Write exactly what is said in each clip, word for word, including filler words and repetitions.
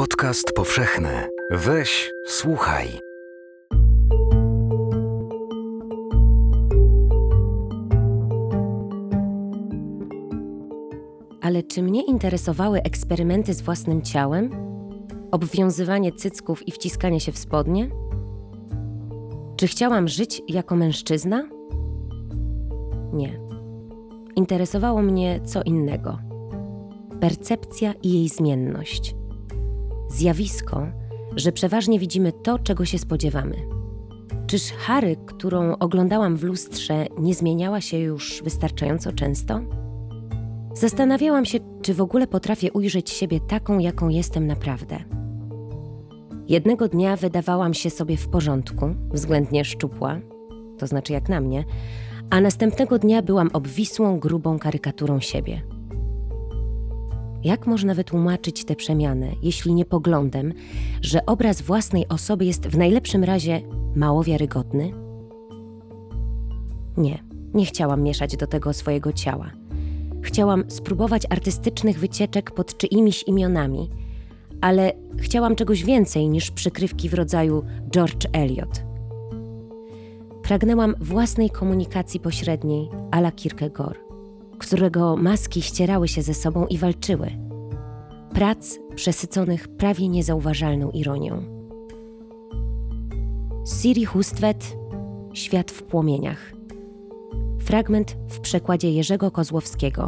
Podcast powszechny. Weź, słuchaj. Ale czy mnie interesowały eksperymenty z własnym ciałem? Obwiązywanie cycków i wciskanie się w spodnie? Czy chciałam żyć jako mężczyzna? Nie. Interesowało mnie co innego. Percepcja i jej zmienność. Zjawisko, że przeważnie widzimy to, czego się spodziewamy. Czyż Harry, którą oglądałam w lustrze, nie zmieniała się już wystarczająco często? Zastanawiałam się, czy w ogóle potrafię ujrzeć siebie taką, jaką jestem naprawdę. Jednego dnia wydawałam się sobie w porządku, względnie szczupła, to znaczy jak na mnie, a następnego dnia byłam obwisłą, grubą karykaturą siebie. Jak można wytłumaczyć tę przemianę, jeśli nie poglądem, że obraz własnej osoby jest w najlepszym razie mało wiarygodny? Nie, nie chciałam mieszać do tego swojego ciała. Chciałam spróbować artystycznych wycieczek pod czyimiś imionami, ale chciałam czegoś więcej niż przykrywki w rodzaju George Eliot. Pragnęłam własnej komunikacji pośredniej à la Kierkegaard, którego maski ścierały się ze sobą i walczyły. Prac przesyconych prawie niezauważalną ironią. Siri Hustvedt, Świat w płomieniach. Fragment w przekładzie Jerzego Kozłowskiego.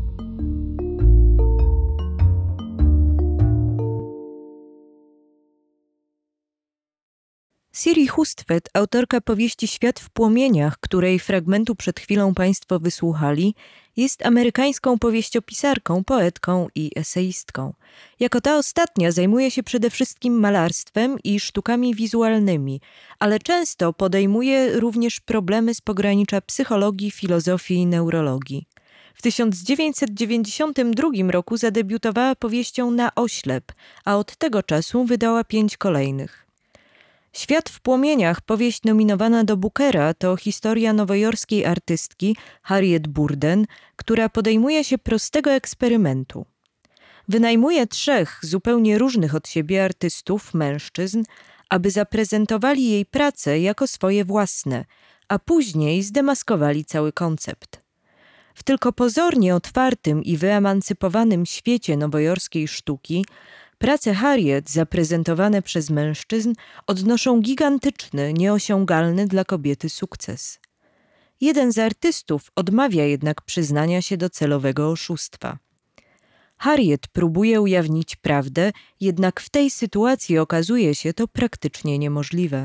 Siri Hustvedt, autorka powieści Świat w płomieniach, której fragmentu przed chwilą Państwo wysłuchali, jest amerykańską powieściopisarką, poetką i eseistką. Jako ta ostatnia zajmuje się przede wszystkim malarstwem i sztukami wizualnymi, ale często podejmuje również problemy z pogranicza psychologii, filozofii i neurologii. W tysiąc dziewięćset dziewięćdziesiątym drugim roku zadebiutowała powieścią Na oślep, a od tego czasu wydała pięć kolejnych. Świat w płomieniach, powieść nominowana do Bookera, to historia nowojorskiej artystki Harriet Burden, która podejmuje się prostego eksperymentu. Wynajmuje trzech zupełnie różnych od siebie artystów, mężczyzn, aby zaprezentowali jej prace jako swoje własne, a później zdemaskowali cały koncept. W tylko pozornie otwartym i wyemancypowanym świecie nowojorskiej sztuki prace Harriet zaprezentowane przez mężczyzn odnoszą gigantyczny, nieosiągalny dla kobiety sukces. Jeden z artystów odmawia jednak przyznania się do celowego oszustwa. Harriet próbuje ujawnić prawdę, jednak w tej sytuacji okazuje się to praktycznie niemożliwe.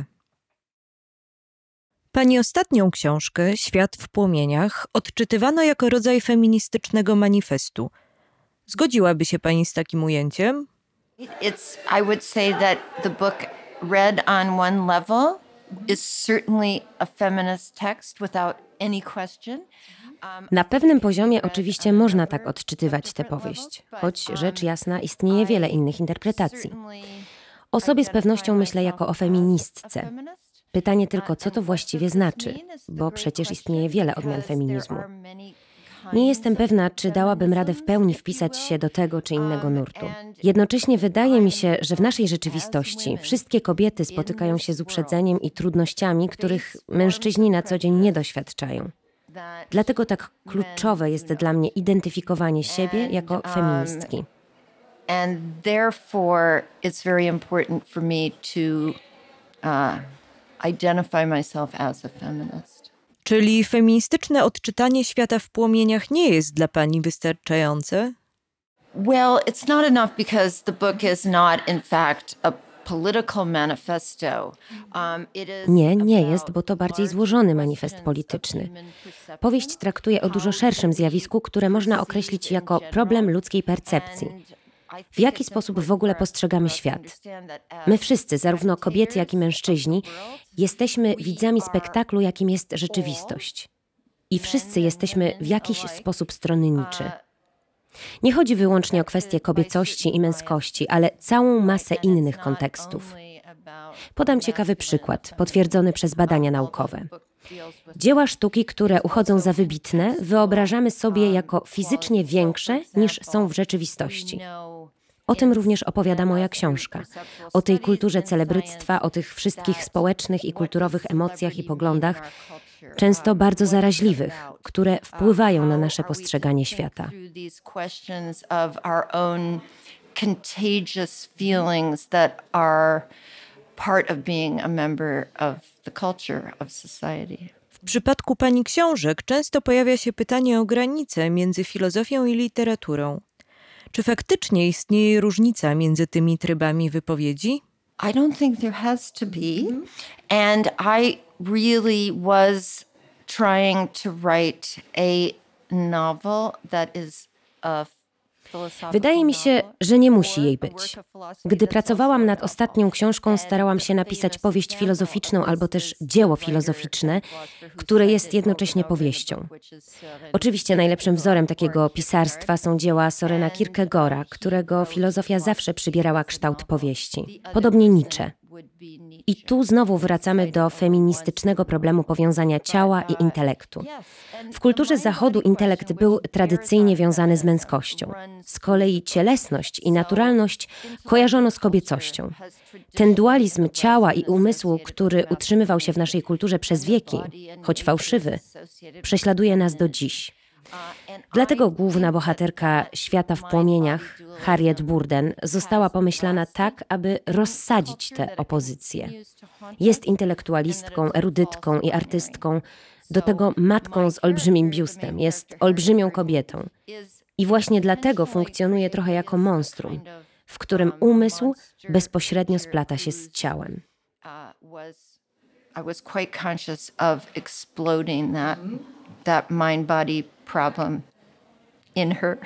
Pani ostatnią książkę, Świat w płomieniach, odczytywano jako rodzaj feministycznego manifestu. Zgodziłaby się Pani z takim ujęciem? It's, I would say that the book read on one level is certainly a feminist text without any question. Na pewnym poziomie oczywiście można tak odczytywać tę powieść, choć rzecz jasna istnieje wiele innych interpretacji. O sobie z pewnością myślę jako o feministce. Pytanie tylko, co to właściwie znaczy, bo przecież istnieje wiele odmian feminizmu. Nie jestem pewna, czy dałabym radę w pełni wpisać się do tego czy innego nurtu. Jednocześnie wydaje mi się, że w naszej rzeczywistości wszystkie kobiety spotykają się z uprzedzeniem i trudnościami, których mężczyźni na co dzień nie doświadczają. Dlatego tak kluczowe jest dla mnie identyfikowanie siebie jako feministki. And therefore it's very important for me to uh, identify myself as a feminist. Czyli feministyczne odczytanie Świata w płomieniach nie jest dla Pani wystarczające? Well, it's not enough because the book is not in fact a political manifesto. Um, it is Nie, nie jest, bo to bardziej złożony manifest polityczny. Powieść traktuje o dużo szerszym zjawisku, które można określić jako problem ludzkiej percepcji. W jaki sposób w ogóle postrzegamy świat? My wszyscy, zarówno kobiety, jak i mężczyźni, jesteśmy widzami spektaklu, jakim jest rzeczywistość. I wszyscy jesteśmy w jakiś sposób stronniczy. Nie chodzi wyłącznie o kwestię kobiecości i męskości, ale całą masę innych kontekstów. Podam ciekawy przykład, potwierdzony przez badania naukowe. Dzieła sztuki, które uchodzą za wybitne, wyobrażamy sobie jako fizycznie większe niż są w rzeczywistości. O tym również opowiada moja książka. O tej kulturze celebryctwa, o tych wszystkich społecznych i kulturowych emocjach i poglądach, często bardzo zaraźliwych, które wpływają na nasze postrzeganie świata. Contagious feelings that are part of being a member of the culture of society. W przypadku pani książek często pojawia się pytanie o granice między filozofią i literaturą. Czy faktycznie istnieje różnica między tymi trybami wypowiedzi? I don't think there has to be. And I really was trying to write a novel that is a Wydaje mi się, że nie musi jej być. Gdy pracowałam nad ostatnią książką, starałam się napisać powieść filozoficzną albo też dzieło filozoficzne, które jest jednocześnie powieścią. Oczywiście najlepszym wzorem takiego pisarstwa są dzieła Sorena Kierkegaarda, którego filozofia zawsze przybierała kształt powieści. Podobnie Nietzsche. I tu znowu wracamy do feministycznego problemu powiązania ciała i intelektu. W kulturze Zachodu intelekt był tradycyjnie wiązany z męskością. Z kolei cielesność i naturalność kojarzono z kobiecością. Ten dualizm ciała i umysłu, który utrzymywał się w naszej kulturze przez wieki, choć fałszywy, prześladuje nas do dziś. Dlatego główna bohaterka Świata w płomieniach, Harriet Burden, została pomyślana tak, aby rozsadzić te opozycje. Jest intelektualistką, erudytką i artystką, do tego matką z olbrzymim biustem, jest olbrzymią kobietą. I właśnie dlatego funkcjonuje trochę jako monstrum, w którym umysł bezpośrednio splata się z ciałem. I was quite conscious of exploding that that mind-body problem in her.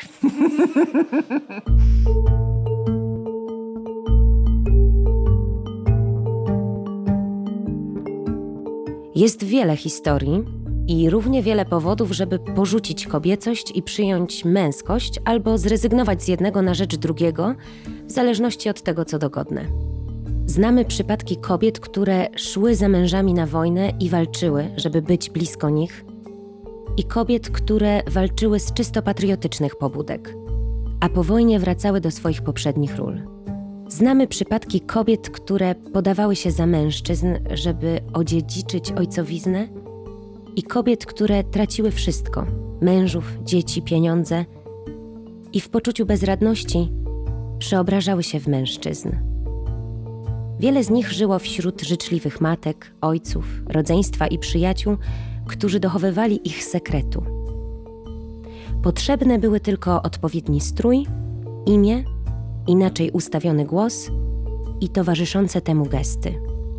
Jest wiele historii i równie wiele powodów, żeby porzucić kobiecość i przyjąć męskość albo zrezygnować z jednego na rzecz drugiego, w zależności od tego, co dogodne. Znamy przypadki kobiet, które szły za mężami na wojnę i walczyły, żeby być blisko nich, i kobiet, które walczyły z czysto patriotycznych pobudek, a po wojnie wracały do swoich poprzednich ról. Znamy przypadki kobiet, które podawały się za mężczyzn, żeby odziedziczyć ojcowiznę, i kobiet, które traciły wszystko – mężów, dzieci, pieniądze – i w poczuciu bezradności przeobrażały się w mężczyzn. Wiele z nich żyło wśród życzliwych matek, ojców, rodzeństwa i przyjaciół, którzy dochowywali ich sekretu. Potrzebne były tylko odpowiedni strój, imię, inaczej ustawiony głos i towarzyszące temu gesty.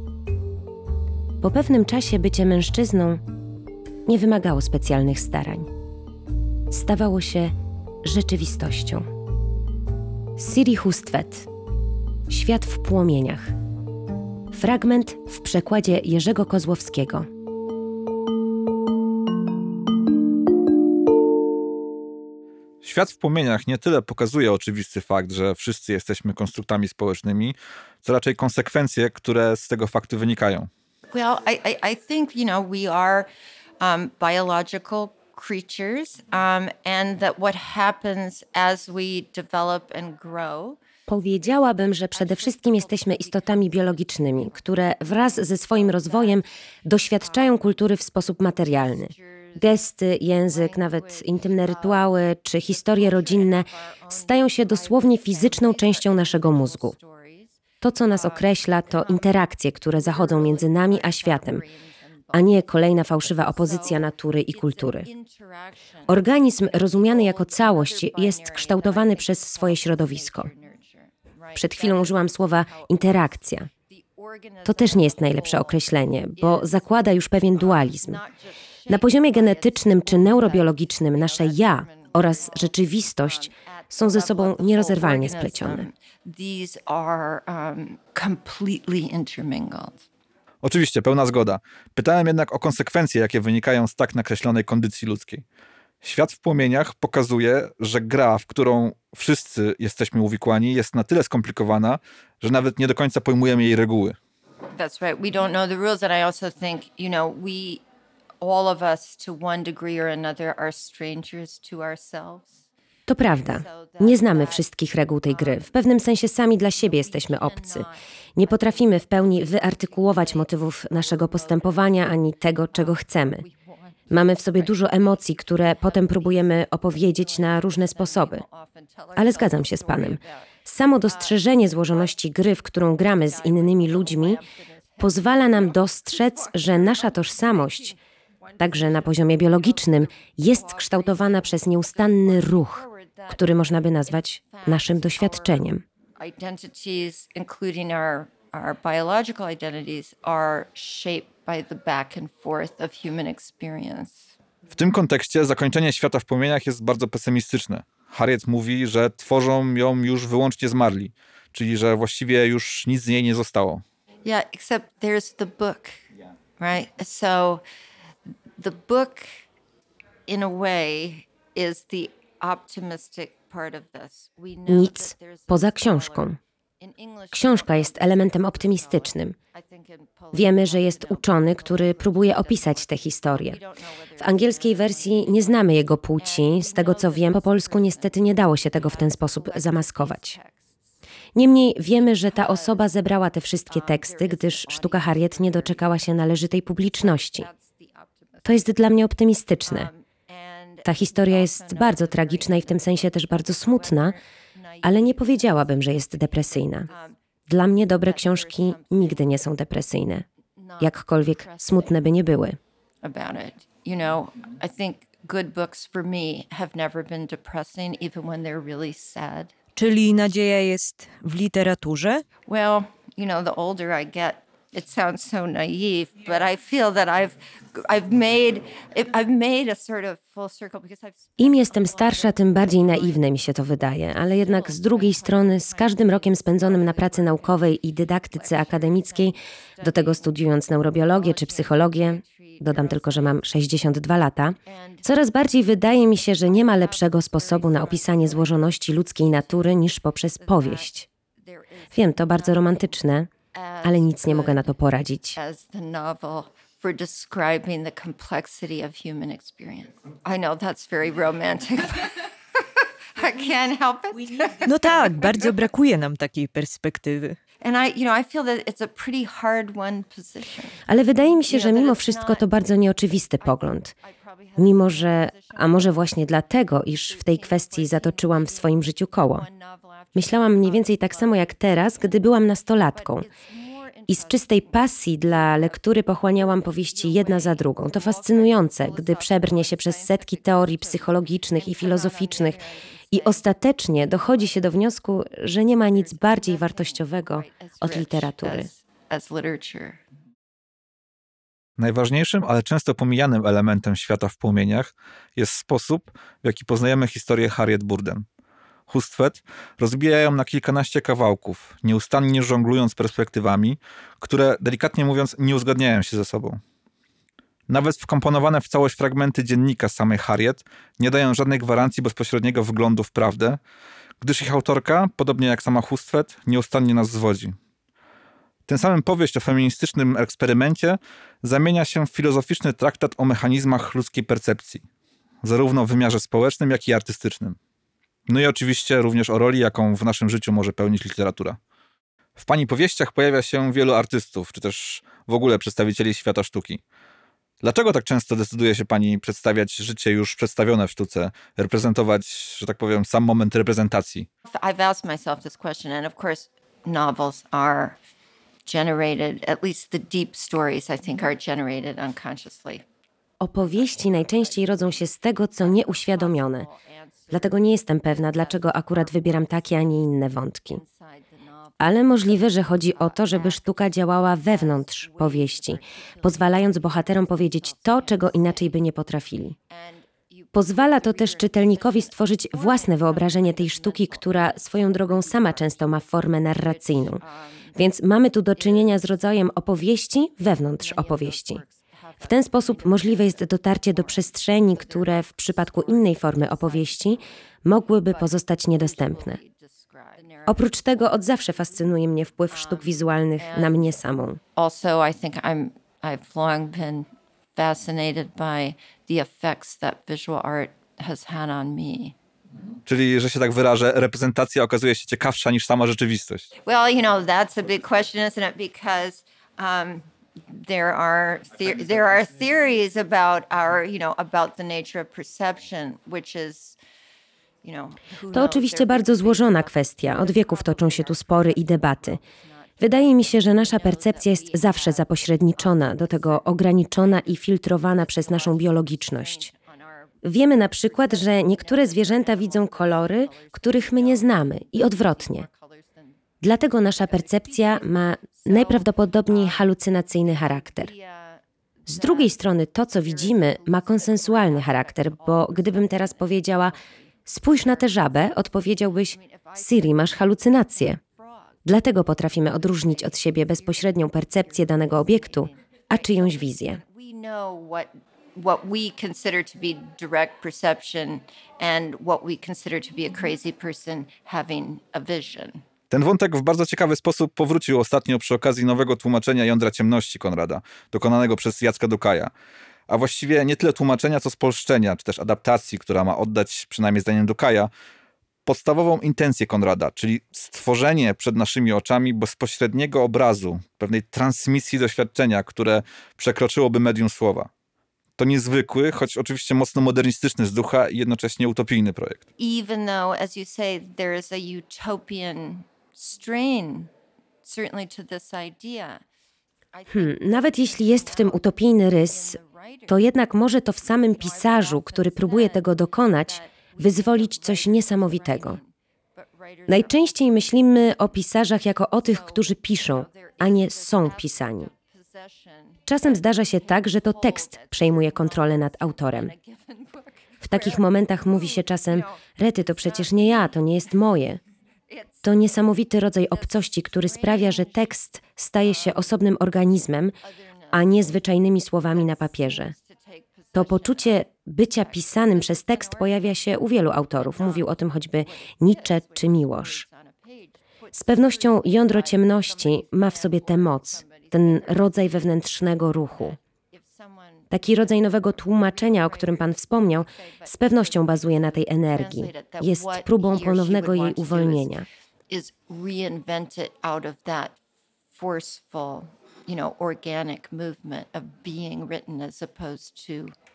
Po pewnym czasie bycie mężczyzną nie wymagało specjalnych starań. Stawało się rzeczywistością. Siri Hustvedt. Świat w płomieniach. Fragment w przekładzie Jerzego Kozłowskiego. Świat w płomieniach nie tyle pokazuje oczywisty fakt, że wszyscy jesteśmy konstruktami społecznymi, co raczej konsekwencje, które z tego faktu wynikają. Well, I, I, I think, you know, we are um, biological creatures um, and that what happens as we develop and grow. Powiedziałabym, że przede wszystkim jesteśmy istotami biologicznymi, które wraz ze swoim rozwojem doświadczają kultury w sposób materialny. Gesty, język, nawet intymne rytuały czy historie rodzinne stają się dosłownie fizyczną częścią naszego mózgu. To, co nas określa, to interakcje, które zachodzą między nami a światem, a nie kolejna fałszywa opozycja natury i kultury. Organizm rozumiany jako całość jest kształtowany przez swoje środowisko. Przed chwilą użyłam słowa interakcja. To też nie jest najlepsze określenie, bo zakłada już pewien dualizm. Na poziomie genetycznym czy neurobiologicznym nasze ja oraz rzeczywistość są ze sobą nierozerwalnie splecione. Oczywiście, pełna zgoda. Pytałem jednak o konsekwencje, jakie wynikają z tak nakreślonej kondycji ludzkiej. Świat w płomieniach pokazuje, że gra, w którą wszyscy jesteśmy uwikłani, jest na tyle skomplikowana, że nawet nie do końca pojmujemy jej reguły. That's right. We don't know the rules, and I also think, you know, we, all of us to one degree or another, are strangers to ourselves. To prawda. Nie znamy wszystkich reguł tej gry. W pewnym sensie sami dla siebie jesteśmy obcy. Nie potrafimy w pełni wyartykułować motywów naszego postępowania ani tego, czego chcemy. Mamy w sobie dużo emocji, które potem próbujemy opowiedzieć na różne sposoby. Ale zgadzam się z panem. Samo dostrzeżenie złożoności gry, w którą gramy z innymi ludźmi, pozwala nam dostrzec, że nasza tożsamość, także na poziomie biologicznym, jest kształtowana przez nieustanny ruch, który można by nazwać naszym doświadczeniem. Identities, including our, our biological identities, are shaped by the back and forth of human experience. W tym kontekście zakończenie Świata w płomieniach jest bardzo pesymistyczne. Harriet mówi, że tworzą ją już wyłącznie zmarli, czyli że właściwie już nic z niej nie zostało. Yeah, except there's the book, right? So the book, in a way, is the optimistic part of this. We know Nic that there's a poza scholar. książką. In English, Książka jest elementem optymistycznym. I think in Polish, Wiemy, że jest uczony, który próbuje opisać tę historię. W angielskiej wersji nie znamy jego płci. Z tego co wiem, po polsku niestety nie dało się tego w ten sposób zamaskować. Niemniej wiemy, że ta osoba zebrała te wszystkie teksty, gdyż sztuka Harriet nie doczekała się należytej publiczności. To jest dla mnie optymistyczne. Ta historia jest bardzo tragiczna i w tym sensie też bardzo smutna, ale nie powiedziałabym, że jest depresyjna. Dla mnie dobre książki nigdy nie są depresyjne, jakkolwiek smutne by nie były. about it. You know, I think good books for me have never been depressing, even when they're really sad. Czyli nadzieja jest w literaturze? Well, you know, the older I get, it sounds so naive, but I feel that I've I've made I've made a sort of full circle because I've Im jestem starsza, tym bardziej naiwne mi się to wydaje, ale jednak z drugiej strony z każdym rokiem spędzonym na pracy naukowej i dydaktyce akademickiej, do tego studiując neurobiologię czy psychologię, dodam tylko, że mam sześćdziesiąt dwa lata, coraz bardziej wydaje mi się, że nie ma lepszego sposobu na opisanie złożoności ludzkiej natury niż poprzez powieść. Wiem, to bardzo romantyczne, ale nic nie mogę na to poradzić. as the novel for describing the complexity of human experience. I know that's very romantic. I can't help it. No tak, bardzo brakuje nam takiej perspektywy. And I, you know, I feel that it's a pretty hard won position. Ale wydaje mi się, że mimo wszystko to bardzo nieoczywisty pogląd. Mimo że, a może właśnie dlatego, iż w tej kwestii zatoczyłam w swoim życiu koło. Myślałam mniej więcej tak samo jak teraz, gdy byłam nastolatką. I z czystej pasji dla lektury pochłaniałam powieści jedna za drugą. To fascynujące, gdy przebrnie się przez setki teorii psychologicznych i filozoficznych i ostatecznie dochodzi się do wniosku, że nie ma nic bardziej wartościowego od literatury. As, as literature. Najważniejszym, ale często pomijanym elementem Świata w płomieniach jest sposób, w jaki poznajemy historię Harriet Burden. Hustvedt rozbija ją na kilkanaście kawałków, nieustannie żonglując perspektywami, które, delikatnie mówiąc, nie uzgadniają się ze sobą. Nawet wkomponowane w całość fragmenty dziennika samej Harriet nie dają żadnej gwarancji bezpośredniego wglądu w prawdę, gdyż ich autorka, podobnie jak sama Hustvedt, nieustannie nas zwodzi. Tym samym powieść o feministycznym eksperymencie zamienia się w filozoficzny traktat o mechanizmach ludzkiej percepcji, zarówno w wymiarze społecznym, jak i artystycznym. No i oczywiście również o roli, jaką w naszym życiu może pełnić literatura. W pani powieściach pojawia się wielu artystów, czy też w ogóle przedstawicieli świata sztuki. Dlaczego tak często decyduje się pani przedstawiać życie już przedstawione w sztuce, reprezentować, że tak powiem, sam moment reprezentacji? I've asked myself this question, and of course, novels are generated, at least the deep stories, I think, are generated unconsciously. Opowieści najczęściej rodzą się z tego, co nieuświadomione. Dlatego nie jestem pewna, dlaczego akurat wybieram takie, a nie inne wątki. Ale możliwe, że chodzi o to, żeby sztuka działała wewnątrz powieści, pozwalając bohaterom powiedzieć to, czego inaczej by nie potrafili. Pozwala to też czytelnikowi stworzyć własne wyobrażenie tej sztuki, która swoją drogą sama często ma formę narracyjną. Więc mamy tu do czynienia z rodzajem opowieści wewnątrz opowieści. W ten sposób możliwe jest dotarcie do przestrzeni, które w przypadku innej formy opowieści mogłyby pozostać niedostępne. Oprócz tego od zawsze fascynuje mnie wpływ sztuk wizualnych na mnie samą. Also, I think I'm I've long been fascinated by the effects that visual art has had on me. Czyli, że się tak wyrażę, reprezentacja okazuje się ciekawsza niż sama rzeczywistość. Well, you know, that's a big question, isn't it? Because um, there are the- there are theories about our, you know, about the nature of perception, which is, you know, who To knows? oczywiście There bardzo could be złożona some- kwestia. Od wieków toczą się tu spory i debaty. Wydaje mi się, że nasza percepcja jest zawsze zapośredniczona, do tego ograniczona i filtrowana przez naszą biologiczność. Wiemy na przykład, że niektóre zwierzęta widzą kolory, których my nie znamy i odwrotnie. Dlatego nasza percepcja ma najprawdopodobniej halucynacyjny charakter. Z drugiej strony to, co widzimy, ma konsensualny charakter, bo gdybym teraz powiedziała spójrz na tę żabę, odpowiedziałbyś Siri, masz halucynacje. Dlatego potrafimy odróżnić od siebie bezpośrednią percepcję danego obiektu, a czyjąś wizję. We know what what we consider to be direct perception and what we consider to be a crazy person having a vision. Ten wątek w bardzo ciekawy sposób powrócił ostatnio przy okazji nowego tłumaczenia Jądra Ciemności Konrada, dokonanego przez Jacka Dukaja. A właściwie nie tyle tłumaczenia, co spolszczenia, czy też adaptacji, która ma oddać, przynajmniej zdaniem Dukaja, podstawową intencję Konrada, czyli stworzenie przed naszymi oczami bezpośredniego obrazu, pewnej transmisji doświadczenia, które przekroczyłoby medium słowa. To niezwykły, choć oczywiście mocno modernistyczny z ducha i jednocześnie utopijny projekt. Even though, as you say, there is a utopian strain, certainly to this idea. I think Hmm, nawet jeśli jest w tym utopijny rys, to jednak może to w samym pisarzu, który próbuje tego dokonać, wyzwolić coś niesamowitego. Najczęściej myślimy o pisarzach jako o tych, którzy piszą, a nie są pisani. Czasem zdarza się tak, że to tekst przejmuje kontrolę nad autorem. W takich momentach mówi się czasem, rety, to przecież nie ja, to nie jest moje. To niesamowity rodzaj obcości, który sprawia, że tekst staje się osobnym organizmem, a nie zwyczajnymi słowami na papierze. To poczucie bycia pisanym przez tekst pojawia się u wielu autorów. Mówił o tym choćby Nietzsche czy Miłosz. Z pewnością Jądro Ciemności ma w sobie tę moc, ten rodzaj wewnętrznego ruchu. Taki rodzaj nowego tłumaczenia, o którym pan wspomniał, z pewnością bazuje na tej energii. Jest próbą ponownego jej uwolnienia. is reinvent it out of that forceful, you know, organic movement of being written as opposed to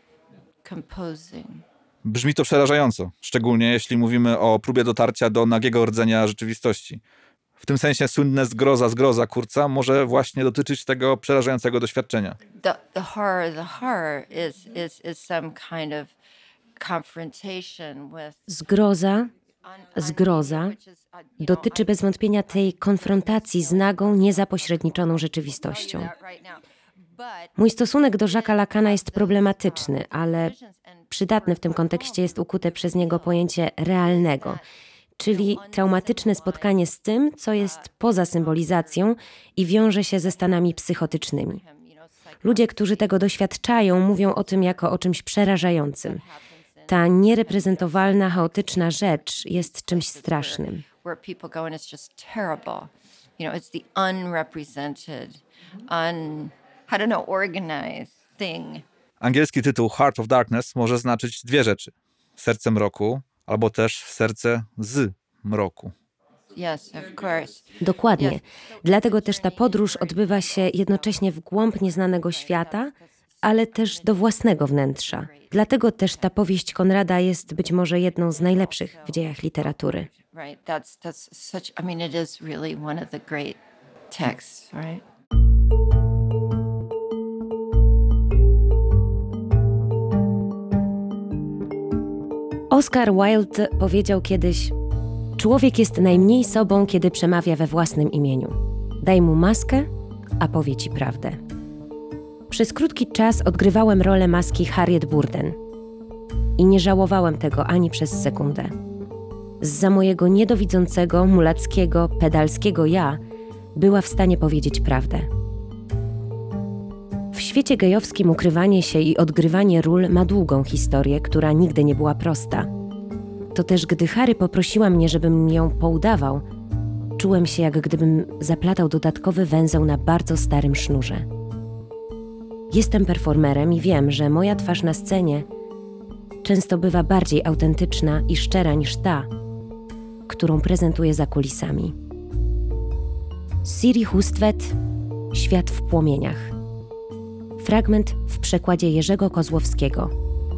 composing. Brzmi to przerażająco, szczególnie jeśli mówimy o próbie dotarcia do nagiego rdzenia rzeczywistości. W tym sensie słynne zgroza, zgroza Kurca może właśnie dotyczyć tego przerażającego doświadczenia. The the horror, the horror is is is some kind of confrontation with Zgroza, zgroza dotyczy bez wątpienia tej konfrontacji z nagą, niezapośredniczoną rzeczywistością. Mój stosunek do Jacques'a Lacana jest problematyczny, ale przydatne w tym kontekście jest ukute przez niego pojęcie realnego, czyli traumatyczne spotkanie z tym, co jest poza symbolizacją i wiąże się ze stanami psychotycznymi. Ludzie, którzy tego doświadczają, mówią o tym jako o czymś przerażającym. Ta niereprezentowalna, chaotyczna rzecz jest czymś strasznym. where people go and it's just terrible. You know, it's the unrepresented, un, I don't know, organized thing. Angielski tytuł Heart of Darkness może znaczyć dwie rzeczy. Serce mroku, albo też serce z mroku. Yes, of course. Dokładnie. Dlatego też ta podróż odbywa się jednocześnie w głąb nieznanego świata, ale też do własnego wnętrza. Dlatego też ta powieść Konrada jest być może jedną z najlepszych w dziejach literatury. Right. That's that's such. I mean, it is really one of the great texts, right? Oscar Wilde powiedział kiedyś: człowiek jest najmniej sobą, kiedy przemawia we własnym imieniu. Daj mu maskę, a powie ci prawdę. Przez krótki czas odgrywałem rolę maski Harriet Burden i nie żałowałem tego ani przez sekundę. Zza mojego niedowidzącego, mulackiego, pedalskiego ja była w stanie powiedzieć prawdę. W świecie gejowskim ukrywanie się i odgrywanie ról ma długą historię, która nigdy nie była prosta. To też gdy Harry poprosiła mnie, żebym ją poudawał, czułem się, jak gdybym zaplatał dodatkowy węzeł na bardzo starym sznurze. Jestem performerem i wiem, że moja twarz na scenie często bywa bardziej autentyczna i szczera niż ta, którą prezentuje za kulisami. Siri Hustvedt, Świat w płomieniach. Fragment w przekładzie Jerzego Kozłowskiego.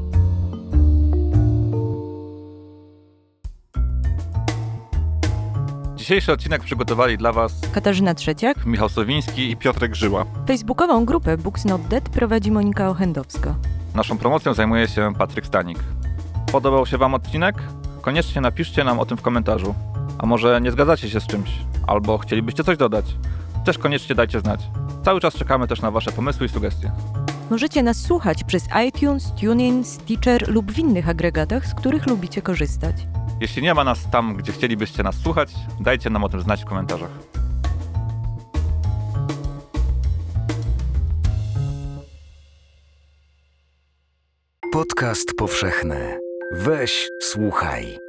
Dzisiejszy odcinek przygotowali dla Was Katarzyna Trzeciak. Michał Sowiński i Piotrek Żyła. Facebookową grupę Books Not Dead prowadzi Monika Ochendowska. Naszą promocją zajmuje się Patryk Stanik. Podobał się Wam odcinek? Koniecznie napiszcie nam o tym w komentarzu. A może nie zgadzacie się z czymś? Albo chcielibyście coś dodać? Też koniecznie dajcie znać. Cały czas czekamy też na Wasze pomysły i sugestie. Możecie nas słuchać przez iTunes, TuneIn, Stitcher lub w innych agregatach, z których lubicie korzystać. Jeśli nie ma nas tam, gdzie chcielibyście nas słuchać, dajcie nam o tym znać w komentarzach. Podcast powszechny. Weź, słuchaj.